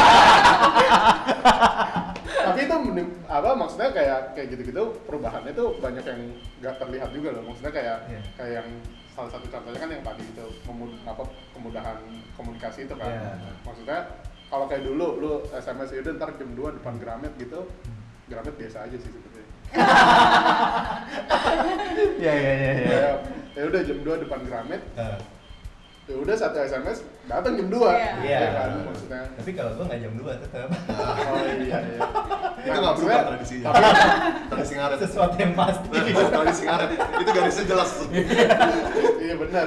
Tapi itu menim- apa maksudnya kayak kayak gitu-gitu perubahannya tuh banyak yang nggak terlihat juga loh. Maksudnya kayak Iya. kayak yang salah satu contohnya kan yang tadi itu memud- apa kemudahan komunikasi itu kan. Iya. Maksudnya kalau kayak dulu lu S M S udah ntar jam dua depan Gramet gitu. Gramet biasa aja sih sebetulnya. Iya iya iya iya. Kayak, ya udah jam dua depan Gramet. Uh, Ya udah satu S M S datang jam dua. Iya. Iya. Ya kan maksudnya. Tapi kalau gua nggak jam dua tetap Oh iya iya. Itu nggak berubah tradisinya. Tapi Tradisi ngaret. sesuatu yang pasti. Tradisi ngaret. Itu garisnya jelas. iya benar.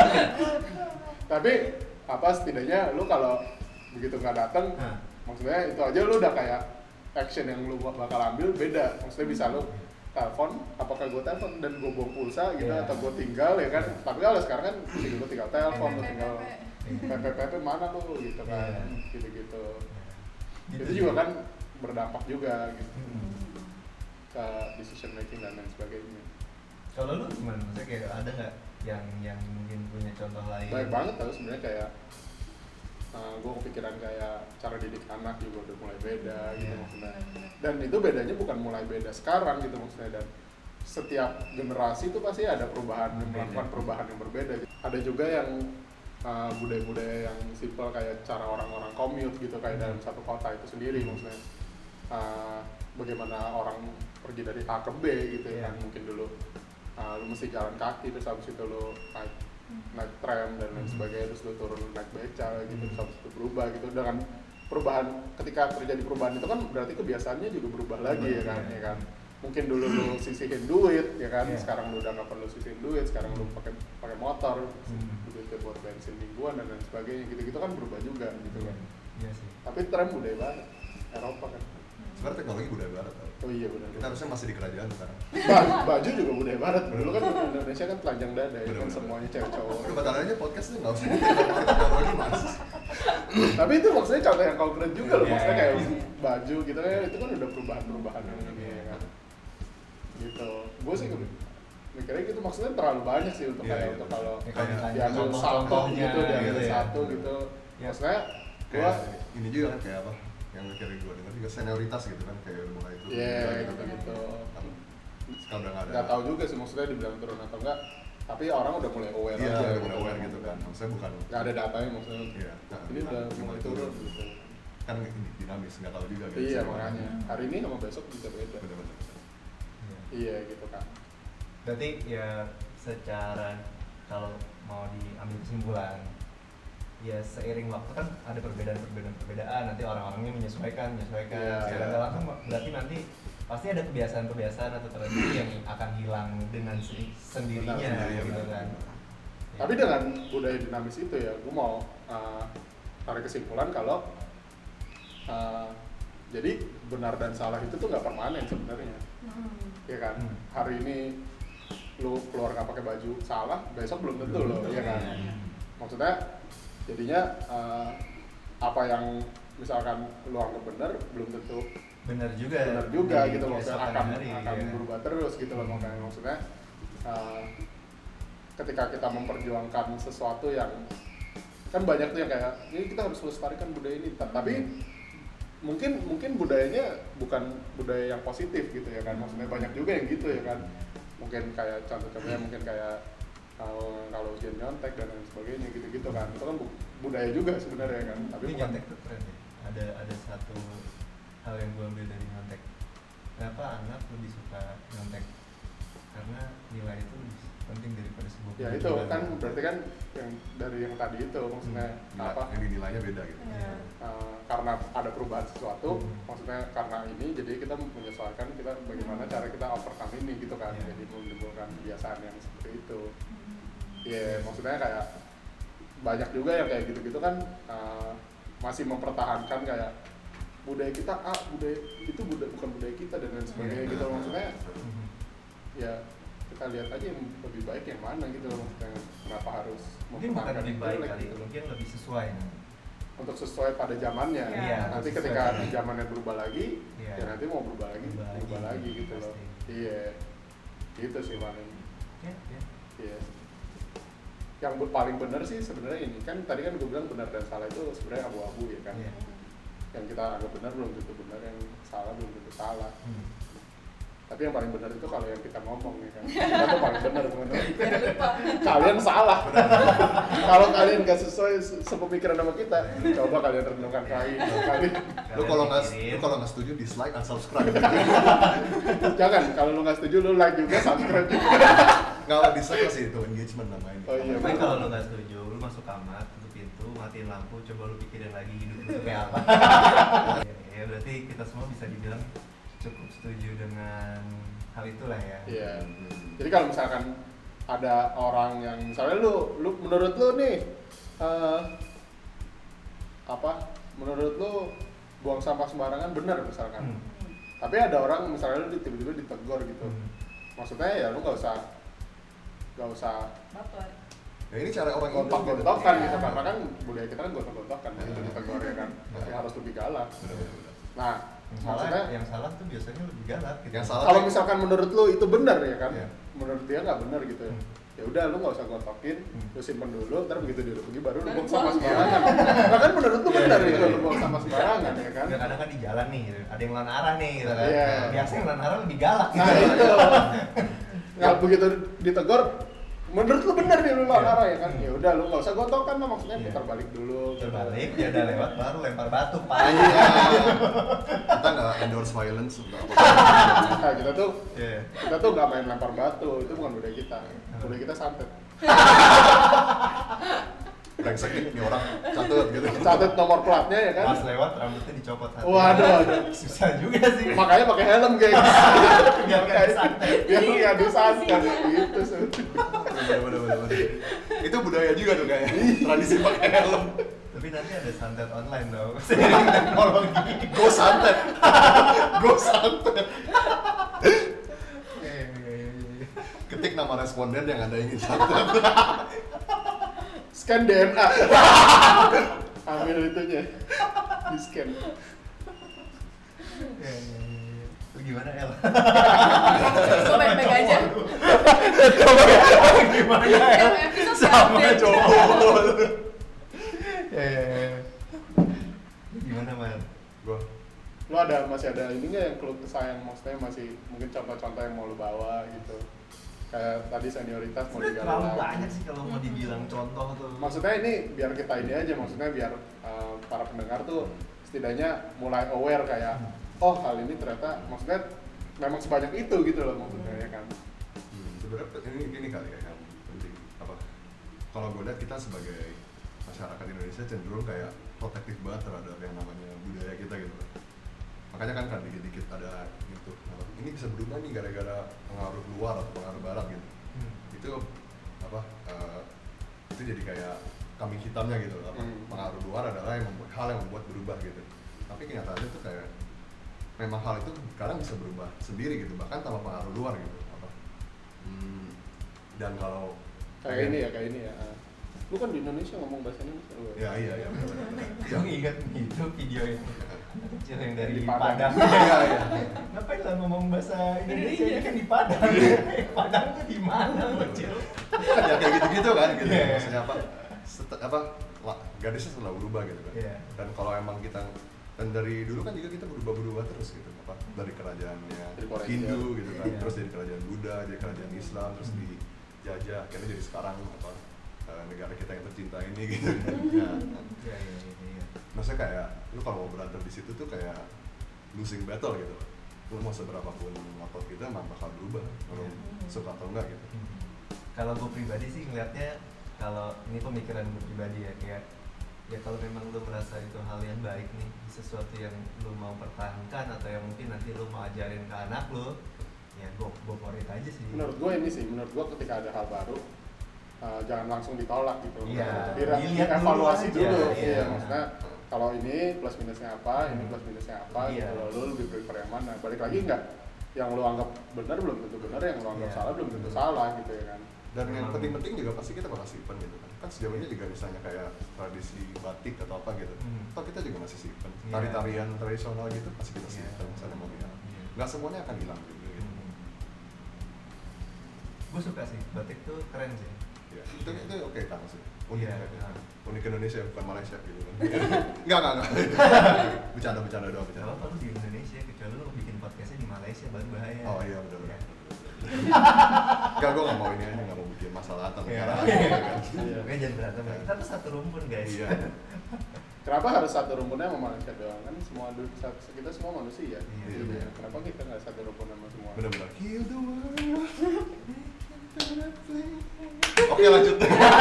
Tapi apa setidaknya lu kalau begitu nggak datang, Hah. maksudnya itu aja lu udah kayak action yang lu bakal ambil beda. Maksudnya bisa lu telepon, apakah gue telepon dan gue buang pulsa gitu Iya. atau gue tinggal ya kan. Tapi kalau sekarang kan tinggal lu tinggal telepon, lu P P P. tinggal P P P mana lu gitu kan, Iya. gitu-gitu. Gitu Itu juga kan berdampak juga gitu Hmm. ke decision making dan lain sebagainya. Kalau lu gimana? Maksudnya kayak ada nggak yang yang mungkin punya contoh lain? Baik banget tau sebenarnya kayak uh, gue kepikiran kayak cara didik anak juga udah mulai beda gitu Iya. maksudnya. Dan itu bedanya bukan mulai beda sekarang gitu maksudnya, dan setiap generasi itu pasti ada perubahan, Berbeda. melakukan perubahan yang berbeda. Ada juga yang uh, budaya-budaya yang simple kayak cara orang-orang commute gitu kayak dalam satu kota itu sendiri maksudnya. Uh, bagaimana orang pergi dari A ke B gitu ya Iya. kan, mungkin dulu uh, lu mesti jalan kaki terus habis itu lu naik naik tram dan lain sebagainya, terus lu turun naik beca gitu, terus habis itu berubah gitu. Dengan perubahan, ketika terjadi perubahan itu kan berarti kebiasaannya juga berubah lagi ya kan, ya kan. Mungkin dulu lu sisihin duit ya kan, Iya. sekarang lu udah nggak perlu sisihin duit, sekarang lu pakai pakai motor, Hmm. duitnya buat bensin mingguan dan lain sebagainya, gitu-gitu kan berubah juga gitu kan. Iya sih. Tapi tram budaya banget Eropa kan. Sebenarnya teknologi budaya barat tau. Oh iya benar. Kita harusnya masih di kerajaan sekarang. Ba- baju juga budaya barat. Dulu kan Indonesia kan telanjang dada ya kan, Bener-bener. semuanya cewek cowok. Udah batal aja podcast tuh nggak usah. Kita teknologi mas. Tapi itu maksudnya contoh yang konkret juga loh, Iya, maksudnya kayak iya. baju gitu ya, itu kan udah perubahan-perubahan yang ini ya kan. Gitu. Gue sih mikirnya gitu, maksudnya terlalu banyak sih untuk Iya, kayak iya. untuk kalau Ya, kalau ditanya diambil satu contoh-contohnya gitu, diambil gitu ya. satu gitu. Ya. Maksudnya gue Kayak ini juga kan kayak apa? Yang akhirnya gue dengar juga senioritas gitu kan, kayak udah mulai itu. Iya, gitu-gitu. Sekarang udah nggak ada. Nggak tahu juga sih maksudnya dibilang turun atau enggak, tapi orang udah mulai aware Iya, aja. udah mulai aware gitu kan. Maksudnya bukan. Nggak ada datanya maksudnya. Iya. Nah, Ini udah mulai turun gitu. Kan ini dinamis, nggak tahu juga. gitu. Iya makanya. Hari ini sama besok bisa beda. Bener-bener. Iya. Iya gitu kan. Berarti ya secara kalau mau diambil kesimpulan, ya seiring waktu kan ada perbedaan-perbedaan perbedaan, nanti orang-orangnya menyesuaikan, menyesuaikan. Iya, Secara iya. nggak langsung berarti nanti pasti ada kebiasaan-kebiasaan atau tradisi yang akan hilang dengan si- sendirinya Benar, gitu benar. kan. Tapi dengan budaya dinamis itu ya, gue mau uh, tarik kesimpulan kalau uh, jadi benar dan salah itu tuh nggak permanen sebenarnya, Hmm. ya kan? Hmm. Hari ini lu keluar nggak pakai baju salah, besok belum tentu Belum loh, tentu, ya kan? iya. Maksudnya jadinya uh, apa yang misalkan lu anggap benar belum tentu Benar juga. benar juga di gitu loh, maksudnya keesokan akan hari, akan ya. berubah terus gitu loh, makanya maksudnya uh, ketika kita memperjuangkan sesuatu yang kan banyak tuh yang kayak ini kita harus lestarikan budaya ini, Ta- tapi mungkin mungkin budayanya bukan budaya yang positif gitu ya kan, maksudnya banyak juga yang gitu ya kan, mungkin kayak contoh-contohnya mungkin kayak uh, kalau ujian nyontek dan lain sebagainya gitu-gitu kan, itu kan bu- budaya juga sebenarnya kan, tapi Tapi bukan nyontek tuh keren deh. Ada ada satu hal yang gue ambil dari nyontek. Kenapa anak lebih suka nyontek? Karena nilai itu lebih penting daripada sebuah ya itu kejujuran. kan berarti kan yang dari yang tadi itu maksudnya Nilai- apa yang dinilainya beda gitu. Iya. uh, karena ada perubahan sesuatu, Hmm. maksudnya karena ini jadi kita menyesuaikan kita bagaimana cara kita overcome ini gitu kan, Iya. jadi menimbulkan kebiasaan yang seperti itu. Ya maksudnya kayak banyak juga yang kayak gitu-gitu kan uh, masih mempertahankan kayak budaya kita ah budaya itu budaya bukan budaya kita dan lain sebagainya Iya. gitu loh. Maksudnya Mhm. ya kita lihat aja yang lebih baik yang mana gitu loh, maksudnya kenapa harus Mungkin bukan mempertahankan lebih yang baik jelek kali, gitu. mungkin lebih sesuai. Untuk sesuai pada zamannya. Iya, Nanti sesuai. ketika zamannya berubah lagi, Iya. ya nanti mau berubah lagi, Berubah berubah, lagi, lagi gitu loh. pasti. Iya, gitu sih paling. Ya, ya. Iya. Yang be- paling benar sih sebenarnya ini kan tadi kan gue bilang benar dan salah itu sebenarnya abu-abu ya kan. Iya. Yang kita anggap benar belum tentu benar, yang salah belum tentu salah. Hmm. Tapi yang paling benar itu kalau yang kita ngomong ya kan. Kita tuh paling benar teman-teman. Jangan lupa. Kalian salah. Kalau kalian gak sesuai se- sepemikiran sama kita, coba kalian renungkan kali. kali. Lu kalau nggak pikirin. lu kalau nggak setuju dislike unsubscribe. Jangan, kalau lu nggak setuju lu like juga, subscribe juga. Nggak lah dislike masih itu engagement namanya. Oh iya, Tapi betul. kalau lo nggak setuju, lo masuk kamar, tutup pintu, matiin lampu, coba lo pikirin lagi hidup lo tuh kayak apa. Ya berarti kita semua bisa dibilang cukup setuju dengan hal itulah ya. Iya. Jadi kalau misalkan ada orang yang misalnya lu, lu menurut lu nih eh, apa? Menurut lu buang sampah sembarangan benar misalkan. Hmm. Tapi ada orang misalnya lu tiba-tiba ditegur gitu. Hmm. Maksudnya ya lu nggak usah nggak usah Baper. Ya ini cara orang Indo gitu. gontok-gontokan Iya. gitu karena kan budaya kita kan gontok-gontokan gitu ditegur ya kan. Iya. Ya harus lebih galak. Bener-bener. Nah, Yang salah, maksudnya yang salah tuh biasanya lebih galak. Gitu. Yang salah kalau tuh- misalkan menurut lu itu benar ya kan, Iya. menurut dia nggak benar gitu ya, Hmm. ya udah lu nggak usah gontokin, Hmm. lu simpen dulu, ntar begitu dia udah pergi baru lu Baru buang sampah buang. sembarangan. Nah kan menurut lu Iya, benar iya, ya iya. kalau lu buang sampah sembarangan ya kan? Nggak, kadang kan di jalan nih, gitu. Ada yang lawan arah nih, gitu kan. Iya. Biasanya yang lawan arah lebih galak. Nah gitu. itu, nggak begitu ditegur, menurut lu benar nih lu lawan Iya. arah ya kan? Ya udah lu nggak usah gontokan lah, maksudnya Iya. putar balik dulu. gitu. Terbalik, dia udah lewat, baru lempar batu, Pak. Iya. kita nggak endorse violence nggak apa. Nah kita tuh, Iya. kita tuh nggak main lempar batu, itu bukan budaya kita. Budaya kita santet. Brengsek nih ini orang catet gitu. Catat nomor platnya ya kan? Pas lewat, rambutnya dicopot satu. Waduh, waduh. Susah juga sih. Makanya pakai helm guys. Biar nggak disantet. Biar nggak disantet gitu sih. Bener, bener, bener, bener. Itu budaya juga tuh kayak tradisi pakai helm. Tapi nanti ada santet online dong. Seiring teknologi. Go santet. Go santet. Ketik nama responden yang Anda ingin santet. Scan D N A. Ambil itunya. Di scan. Iya, iya, iya. Lu gimana El? Gue baik-baik aja. Gimana El? Yang episode Sama update. cowok. Ya, ya, ya. Lu gimana Mal? Gua Lo ada masih ada ini nggak yang keluh kesah yang maksudnya masih mungkin contoh-contoh yang mau lo bawa gitu? Kayak tadi senioritas mau Sebenarnya digali terlalu lagi. banyak sih kalau mau dibilang contoh tuh. Maksudnya ini biar kita ini aja, maksudnya biar uh, para pendengar tuh setidaknya mulai aware kayak oh hal ini ternyata maksudnya memang sebanyak itu gitu loh maksudnya ya kan. Hmm, sebenarnya ini gini kali ya yang penting apa? Kalau gue lihat kita sebagai masyarakat Indonesia cenderung kayak protektif banget terhadap yang namanya budaya kita gitu kan. Makanya kan kan dikit-dikit ada gitu. Apa, ini bisa berubah nih gara-gara pengaruh luar atau pengaruh barat gitu. Hmm. Itu apa? eh, jadi kayak kambing hitamnya gitu apa Hmm. pengaruh luar adalah yang membuat hal yang membuat berubah gitu tapi kenyataannya tuh kayak memang hal itu kadang bisa berubah sendiri gitu bahkan tanpa pengaruh luar gitu apa hmm, dan kalau Kayak ini ya, kayak ini ya. Lu kan di Indonesia ngomong bahasa Indonesia lu. ya iya iya benar-benar Yang ingat itu video yang kecil yang dari Di Padang. Padang. iya iya Ngapain lah ngomong bahasa Indonesia ini kan di Padang. Padangnya di mana bocil? ya kayak gitu-gitu kan gitu Iya. maksudnya apa set- apa la- garisnya selalu berubah gitu kan Iya. dan kalau emang kita dan dari dulu kan juga kita berubah-berubah terus gitu apa dari kerajaannya Dari Korea. Hindu gitu kan Iya. terus jadi kerajaan Buddha jadi kerajaan Islam terus dijajah akhirnya jadi sekarang apa eh, negara kita yang tercinta ini gitu ya, Iya iya iya. iya. maksudnya kayak lu kalau mau berantem di situ tuh kayak losing battle gitu lu mau seberapa pun ngotot gitu emang bakal berubah kalau Iya. suka atau enggak gitu Hmm. Kalau gue pribadi sih ngeliatnya kalau ini pemikiran gue pribadi ya kayak ya kalau memang lu merasa itu hal yang baik nih sesuatu yang lu mau pertahankan atau yang mungkin nanti lu mau ajarin ke anak lu ya go go for it aja sih. Menurut gue ini sih, menurut gue ketika ada hal baru uh, jangan langsung ditolak gitu. Iya, Dira- dilihat dievaluasi dulu aja, dulu. iya. Iya, maksudnya kalau ini plus minusnya apa, ini Hmm. plus minusnya apa, Iya. gitu. Lo lebih prefer yang mana? Balik lagi enggak? Yang lo anggap benar belum tentu benar, yang lo anggap Iya. salah belum tentu salah gitu ya kan. dan yang Memang. penting-penting juga pasti kita bakal simpen gitu kan kan sejauh ini juga misalnya kayak tradisi batik atau apa gitu Hmm. toh kita juga masih simpen Iya. tari-tarian tradisional gitu pasti kita Iya. simpen misalnya mau bilang Iya. nggak semuanya akan hilang juga gitu Gue suka sih batik tuh keren sih. ya, itu itu oke kan sih unik Iya. kayaknya. unik Indonesia bukan Malaysia gitu kan nggak nggak nggak bercanda bercanda doang bercanda Kalau lu di Indonesia kecuali lu bikin podcastnya di Malaysia baru bahaya. oh iya benar Iya. benar nggak gue nggak mau ini aja nggak mau bikin masalah antar Iya. negara aja gitu kan Iya. Oke jangan berantem. Kita tuh satu rumpun guys. iya Kenapa harus satu rumpunnya sama manusia doang? Kan semua kita semua manusia. Iya. Iya. Kenapa kita nggak satu rumpun sama semua? benar-benar kill the world. Oke lanjut.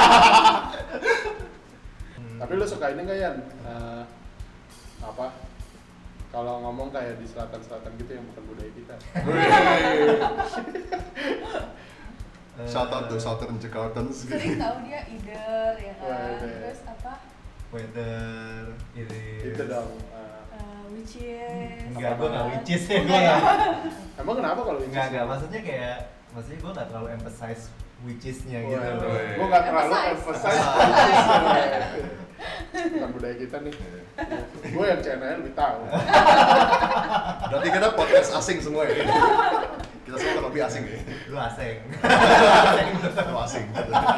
Hmm. Tapi lu suka ini nggak Yan? Eh, apa? Kalau ngomong kayak di selatan-selatan gitu yang bukan budaya kita. Eh, Shout out to Southern Jakartans gitu. Sering tahu dia either ya Wah, kan. either. Terus apa? weather, iris. Itu dong. eh. Uh, which is Enggak, gue nggak which is ya, gue Enggak ya? nggak. Emang kenapa kalau which is? Enggak, enggak, maksudnya kayak, maksudnya gue nggak terlalu emphasize which is-nya gitu. Wah, Woi. Gue nggak terlalu Emphasize. emphasize. Bukan budaya kita nih. Gue yang channel lebih tahu. Berarti kita podcast asing semua ya. Kita semua lebih asing ya. Lu asing. Lu asing.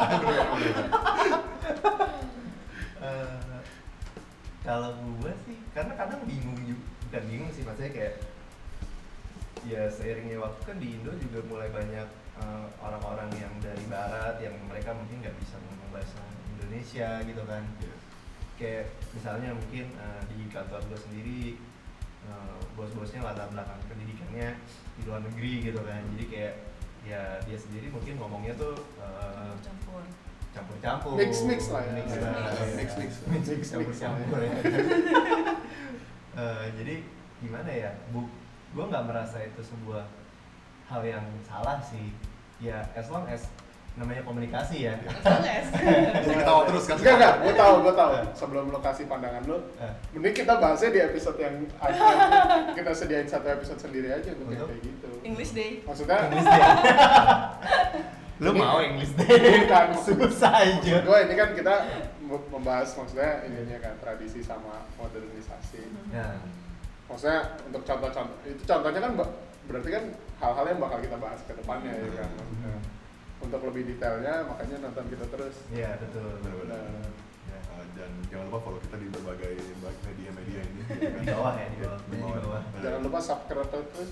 Eh, Kalau gue sih, karena kadang bingung juga, bukan bingung sih, maksudnya kayak ya seiringnya waktu kan di Indo juga mulai banyak eh, orang-orang yang dari barat yang mereka mungkin nggak bisa ngomong bahasa Indonesia gitu kan. Kayak misalnya mungkin eh, di kantor gue sendiri eh, bos-bosnya latar belakang pendidikannya di luar negeri gitu kan, jadi kayak ya dia sendiri mungkin ngomongnya tuh eh, campur. campur-campur, Mix-mix lah ya. mix Mix. lah, Mix, iya. mix. mix Mix, campur-campur ya. Eh, jadi gimana ya, bu, gue nggak merasa itu sebuah hal yang salah sih, ya as long as namanya komunikasi ya. Yes. Jadi ketawa terus kan. Enggak, enggak, gue tahu, gue tahu. Sebelum lo kasih pandangan lo, Eh, mending kita bahasnya di episode yang ada. Kita sediain satu episode sendiri aja untuk yang Untuk? kayak gitu. English Day. Maksudnya, English Day. Lu Ini- mau English Day? Bukan. Susah aja. gue ini kan kita mem- membahas maksudnya ininya kan tradisi sama modernisasi. Ya. Maksudnya untuk contoh-contoh itu contohnya kan ba- berarti kan hal-hal yang bakal kita bahas ke depannya ya kan. Maksudnya, untuk lebih detailnya makanya nonton kita terus. Iya betul. Benar-benar. Nah, Ya. Uh, dan jangan lupa follow kita di berbagai berbagai media-media ini. Di bawah ya, di bawah. Di bawah. jangan lupa subscribe terus.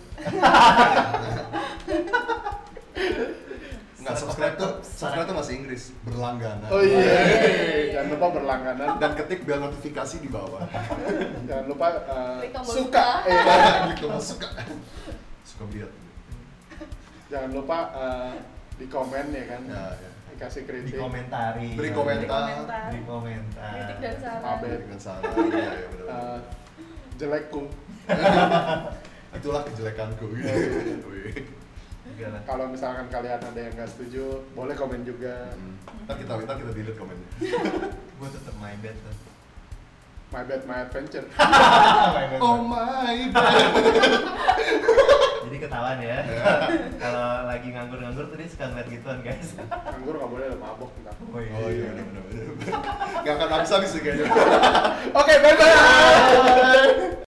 Nggak, subscribe tuh, subscribe tuh masih Inggris, berlangganan. Oh iya, jangan lupa berlangganan. Dan ketik bel notifikasi di bawah. Jangan lupa uh, Klik tombol suka. suka. Eh, Klik tombol suka. Suka lihat. jangan lupa uh, di komen ya kan. Ya, ya. Dikasih Di kritik. komentari. Beri Di komentar. komentar. Di komentar. Kritik dan saran. Abet. Dengan saran. Iya, ya, benar. Uh, jelekku. Itulah kejelekanku. Iya. Wih. Juga Oke lah. Kalau misalkan kalian ada yang nggak setuju, boleh komen juga. Hmm. Ntar kita ntar kita delete komennya. Gue tetep my bad tuh. My bad, my adventure. My bad. Oh my god. Jadi ketahuan ya. Kalau lagi nganggur-nganggur tuh dia suka ngeliat gituan guys. Anggur nggak boleh, mabok ntar. Oh iya. Oh iya benar benar. Gak akan habis habis sih kayaknya. Oke, bye bye.